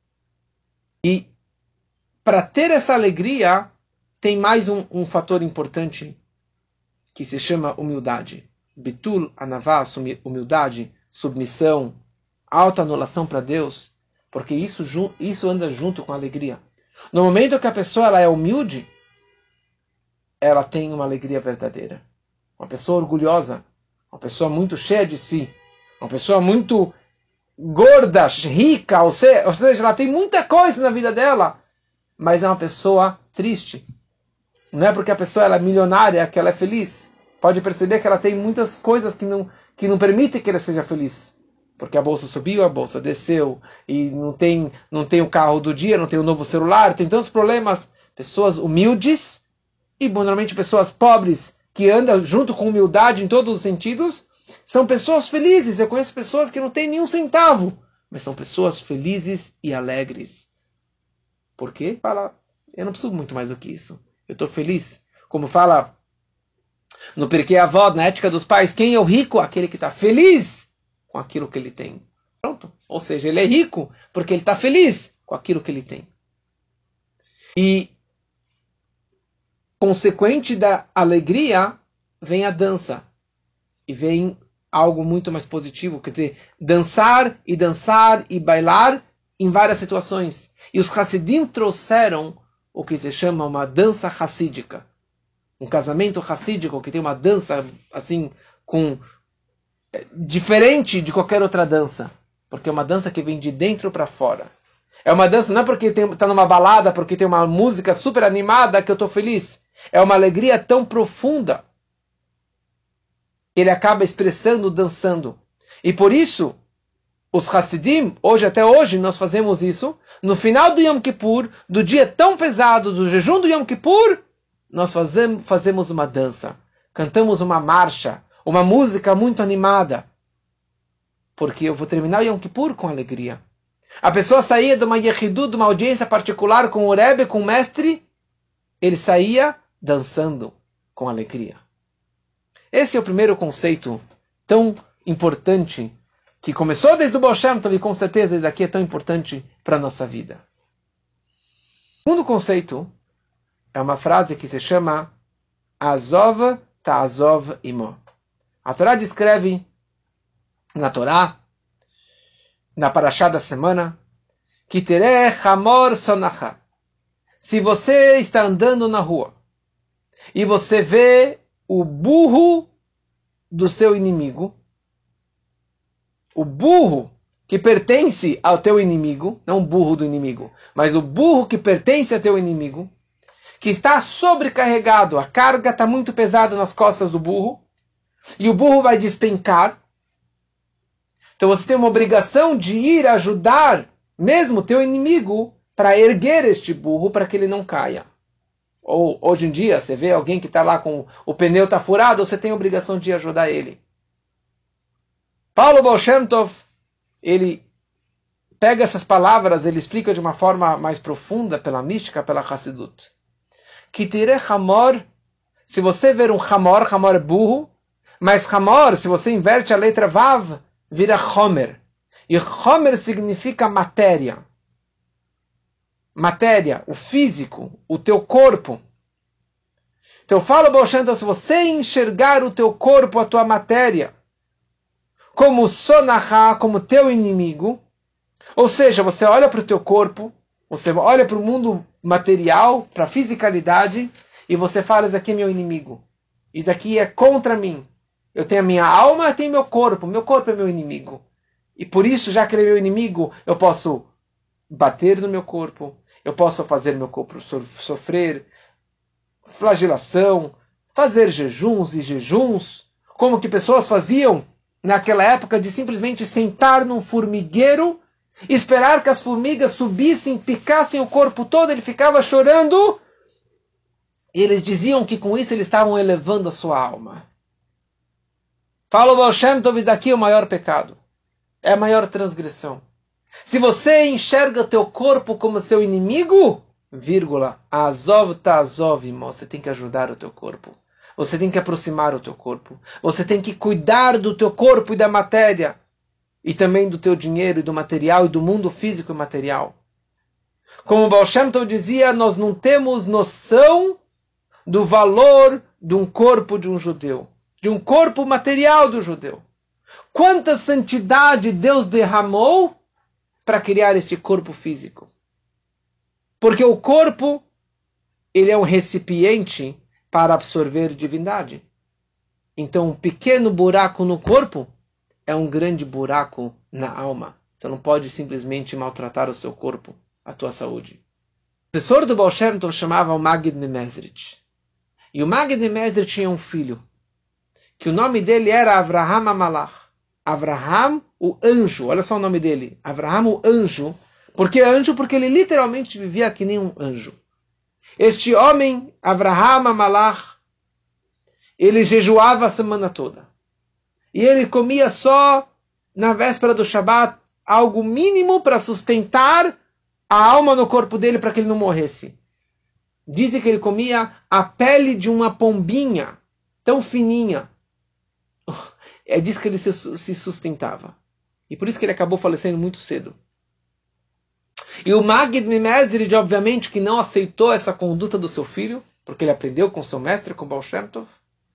E para ter essa alegria, tem mais um fator importante que se chama humildade. Bitul, anavá, humildade, submissão, autoanulação para Deus, porque isso anda junto com a alegria. No momento que a pessoa ela é humilde, ela tem uma alegria verdadeira. Uma pessoa orgulhosa, uma pessoa muito cheia de si, uma pessoa muito gorda, rica, ou seja, ela tem muita coisa na vida dela, mas é uma pessoa triste. Não é porque a pessoa ela é milionária que ela é feliz. Pode perceber que ela tem muitas coisas que não permitem que ela seja feliz. Porque a bolsa subiu, a bolsa desceu, e não tem o carro do dia, não tem o novo celular, tem tantos problemas. Pessoas humildes e normalmente pessoas pobres, que andam junto com humildade em todos os sentidos, são pessoas felizes. Eu conheço pessoas que não têm nenhum centavo, mas são pessoas felizes e alegres. Por quê? Fala, eu não preciso muito mais do que isso. Eu estou feliz. Como fala no Pirkei Avot, na ética dos pais, quem é o rico? Aquele que está feliz com aquilo que ele tem. Pronto. Ou seja, ele é rico porque ele está feliz com aquilo que ele tem. E consequente da alegria, vem a dança. E vem algo muito mais positivo. Quer dizer, dançar e bailar em várias situações. E os Hassidim trouxeram o que se chama uma dança hassídica. Um casamento hassídico que tem uma dança assim, diferente de qualquer outra dança. Porque é uma dança que vem de dentro para fora. É uma dança, não é porque está numa balada, porque tem uma música super animada que eu estou feliz. É uma alegria tão profunda que ele acaba expressando, dançando. E por isso, os Hassidim, até hoje, nós fazemos isso. No final do Yom Kippur, do dia tão pesado, do jejum do Yom Kippur, nós fazemos uma dança. Cantamos uma marcha, uma música muito animada. Porque eu vou terminar o Yom Kippur com alegria. A pessoa saía de uma yechidut, de uma audiência particular com o Rebbe, com o mestre, ele saía dançando com alegria. Esse é o primeiro conceito tão importante que começou desde o Baal Shem Tov e com certeza desde aqui é tão importante para a nossa vida. O segundo conceito é uma frase que se chama Azov ta'azov imo. A Torá descreve na Torá, na Parashá da semana, que tereh hamor sonacha. Se você está andando na rua e você vê o burro do seu inimigo, o burro que pertence ao teu inimigo, não o burro do inimigo, mas o burro que pertence ao teu inimigo, que está sobrecarregado, a carga está muito pesada nas costas do burro, e o burro vai despencar. Então você tem uma obrigação de ir ajudar mesmo o teu inimigo para erguer este burro para que ele não caia. Ou hoje em dia, você vê alguém que está lá com o pneu está furado, você tem a obrigação de ajudar ele. Paulo Baal Shem Tov, ele pega essas palavras, ele explica de uma forma mais profunda, pela mística, pela Hassidut. Kitire Hamor, se você ver um Hamor, Hamor é burro, mas Hamor, se você inverte a letra Vav, vira Homer. E Homer significa matéria. Matéria, o físico, o teu corpo. Então eu falo, Baal Shem Tov, se você enxergar o teu corpo, a tua matéria, como Sonahá, como teu inimigo, ou seja, você olha para o teu corpo, você olha para o mundo material, para a fisicalidade, e você fala, isso aqui é meu inimigo. Isso aqui é contra mim. Eu tenho a minha alma, eu tenho meu corpo é meu inimigo. E por isso, já que ele é meu inimigo, eu posso bater no meu corpo, eu posso fazer meu corpo sofrer flagelação, fazer jejuns, como que pessoas faziam naquela época de simplesmente sentar num formigueiro, esperar que as formigas subissem, picassem o corpo todo, ele ficava chorando, e eles diziam que com isso eles estavam elevando a sua alma. Fala o Baal Shem Tov, daqui é o maior pecado, é a maior transgressão. Se você enxerga o teu corpo como seu inimigo, azov ta'azov, você tem que ajudar o teu corpo. Você tem que aproximar o teu corpo. Você tem que cuidar do teu corpo e da matéria. E também do teu dinheiro e do material e do mundo físico e material. Como o Baal Shem Tov dizia, nós não temos noção do valor de um corpo de um judeu. De um corpo material do judeu. Quanta santidade Deus derramou para criar este corpo físico. Porque o corpo, ele é um recipiente para absorver divindade. Então, um pequeno buraco no corpo é um grande buraco na alma. Você não pode simplesmente maltratar o seu corpo, a tua saúde. O professor do Baal Shem Tov chamava o Magid Memezrit. E o Magid Memezrit tinha um filho, que o nome dele era Avraham HaMalach. Avraham, o anjo. Olha só o nome dele. Avraham, o anjo. Por que anjo? Porque ele literalmente vivia que nem um anjo. Este homem, Avraham HaMalach, ele jejuava a semana toda. E ele comia só na véspera do Shabat algo mínimo para sustentar a alma no corpo dele para que ele não morresse. Dizem que ele comia a pele de uma pombinha, tão fininha. É disso que ele se sustentava. E por isso que ele acabou falecendo muito cedo. E o Magid Memezrit, obviamente, que não aceitou essa conduta do seu filho, porque ele aprendeu com seu mestre, com Baal Shem Tov.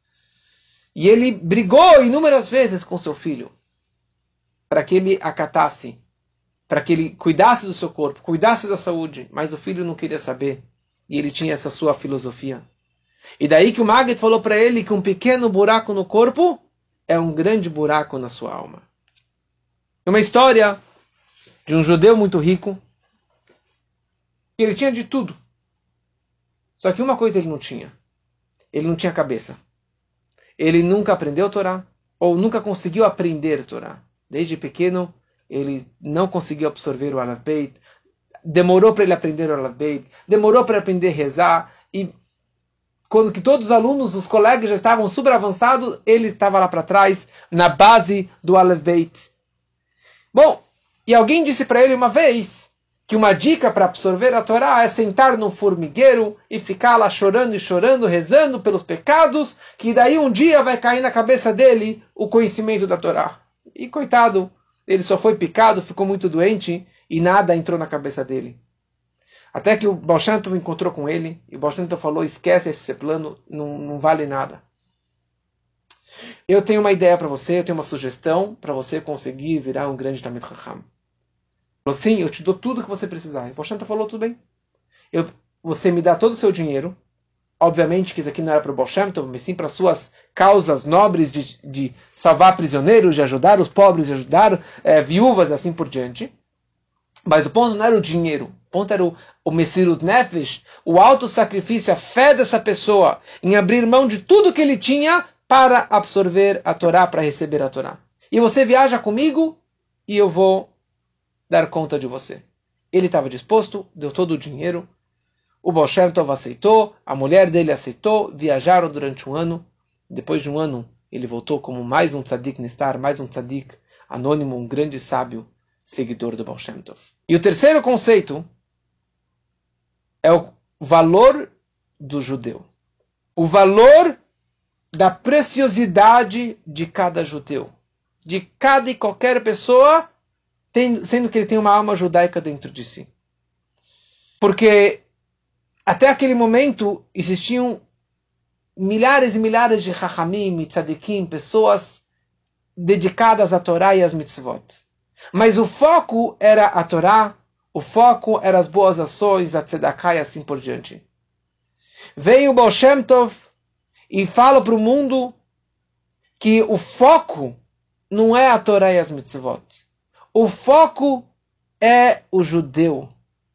E ele brigou inúmeras vezes com seu filho, para que ele acatasse, para que ele cuidasse do seu corpo, cuidasse da saúde. Mas o filho não queria saber. E ele tinha essa sua filosofia. E daí que o Magid falou para ele que um pequeno buraco no corpo é um grande buraco na sua alma. Uma história de um judeu muito rico, que ele tinha de tudo. Só que uma coisa ele não tinha. Ele não tinha cabeça. Ele nunca aprendeu a Torá, ou nunca conseguiu aprender a Torá. Desde pequeno, ele não conseguiu absorver o Aleph Beit, demorou para ele aprender o Aleph Beit, demorou para aprender a rezar, e quando que todos os alunos, os colegas já estavam super avançados, ele estava lá para trás, na base do Aleph Beit. Bom, e alguém disse para ele uma vez que uma dica para absorver a Torá é sentar num formigueiro e ficar lá chorando e chorando, rezando pelos pecados, que daí um dia vai cair na cabeça dele o conhecimento da Torá. E coitado, ele só foi picado, ficou muito doente e nada entrou na cabeça dele. Até que o Baal Shem Tov encontrou com ele e o Baal Shem Tov falou, esquece esse plano, não vale nada. Eu tenho uma ideia para você, eu tenho uma sugestão para você conseguir virar um grande Talmid Chacham. Falou, sim, eu te dou tudo o que você precisar. E o Baal Shem Tov falou, tudo bem. Você me dá todo o seu dinheiro. Obviamente que isso aqui não era para o Baal Shem Tov, mas sim para suas causas nobres de salvar prisioneiros, de ajudar os pobres, de ajudar viúvas e assim por diante. Mas o ponto não era o dinheiro. O ponto era o Mesirut Nefesh, o auto-sacrifício, a fé dessa pessoa em abrir mão de tudo que ele tinha para absorver a Torá, para receber a Torá. E você viaja comigo e eu vou dar conta de você. Ele estava disposto, deu todo o dinheiro. O Baal Shem Tov aceitou, a mulher dele aceitou, viajaram durante um ano. Depois de um ano, ele voltou como mais um tzadik nestar, mais um tzadik anônimo, um grande sábio, seguidor do Baal Shem Tov. E o terceiro conceito é o valor do judeu. O valor da preciosidade de cada judeu. De cada e qualquer pessoa, sendo que ele tem uma alma judaica dentro de si. Porque até aquele momento existiam milhares e milhares de Chachamim, Tzadikim, pessoas dedicadas à Torá e às mitzvot. Mas o foco era a Torá, o foco era as boas ações, a Tzedakah e assim por diante. Veio o Baal Shem Tov e fala para o mundo que o foco não é a Torá e as mitzvot. O foco é o judeu.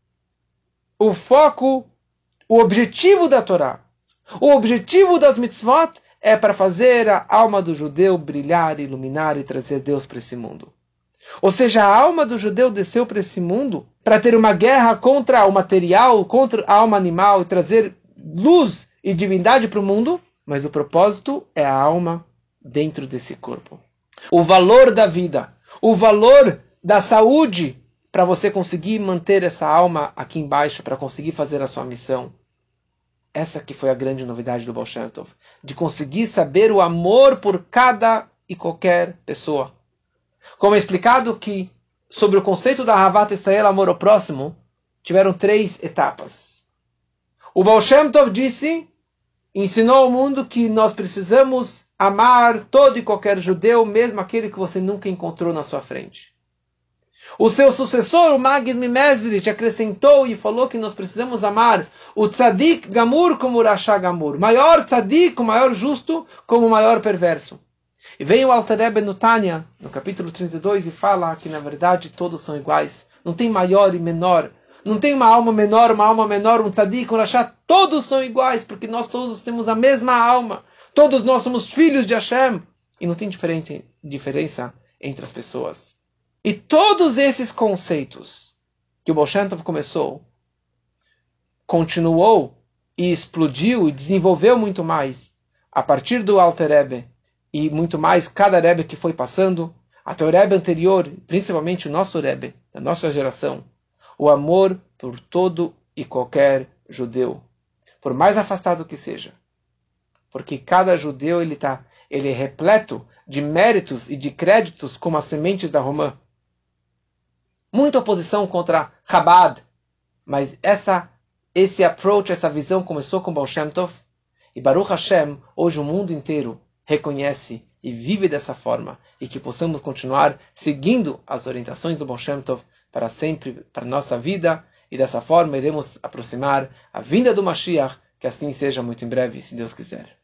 O foco, o objetivo da Torá, o objetivo das mitzvot é para fazer a alma do judeu brilhar, iluminar e trazer Deus para esse mundo. Ou seja, a alma do judeu desceu para esse mundo para ter uma guerra contra o material, contra a alma animal e trazer luz e divindade para o mundo, mas o propósito é a alma dentro desse corpo. O valor da vida, o valor da saúde para você conseguir manter essa alma aqui embaixo, para conseguir fazer a sua missão. Essa que foi a grande novidade do Baal Shem Tov, de conseguir saber o amor por cada e qualquer pessoa. Como é explicado que, sobre o conceito da Ahavat Israel, amor ao próximo, tiveram 3 etapas. O Baal Shem Tov ensinou ao mundo que nós precisamos amar todo e qualquer judeu, mesmo aquele que você nunca encontrou na sua frente. O seu sucessor, o Magid Mimezrit, acrescentou e falou que nós precisamos amar o tzadik gamur como o rasha gamur. Maior tzadik, o maior justo, como o maior perverso. E vem o Alter Rebbe no Tanya, no capítulo 32, e fala que na verdade todos são iguais. Não tem maior e menor. Não tem uma alma menor, um tzadik, um rasha. Todos são iguais, porque nós todos temos a mesma alma. Todos nós somos filhos de Hashem. E não tem diferença entre as pessoas. E todos esses conceitos que o Baal Shem Tov começou, continuou e explodiu e desenvolveu muito mais a partir do Alter Rebbe e muito mais cada Rebbe que foi passando, até o Rebbe anterior, principalmente o nosso Rebbe, da nossa geração, o amor por todo e qualquer judeu, por mais afastado que seja. Porque cada judeu ele é repleto de méritos e de créditos como as sementes da romã. Muita oposição contra Chabad, mas esse approach, essa visão começou com Baal Shem Tov, e Baruch Hashem, hoje o mundo inteiro reconhece e vive dessa forma, e que possamos continuar seguindo as orientações do Baal Shem Tov para sempre, para a nossa vida, e dessa forma iremos aproximar a vinda do Mashiach, que assim seja muito em breve, se Deus quiser.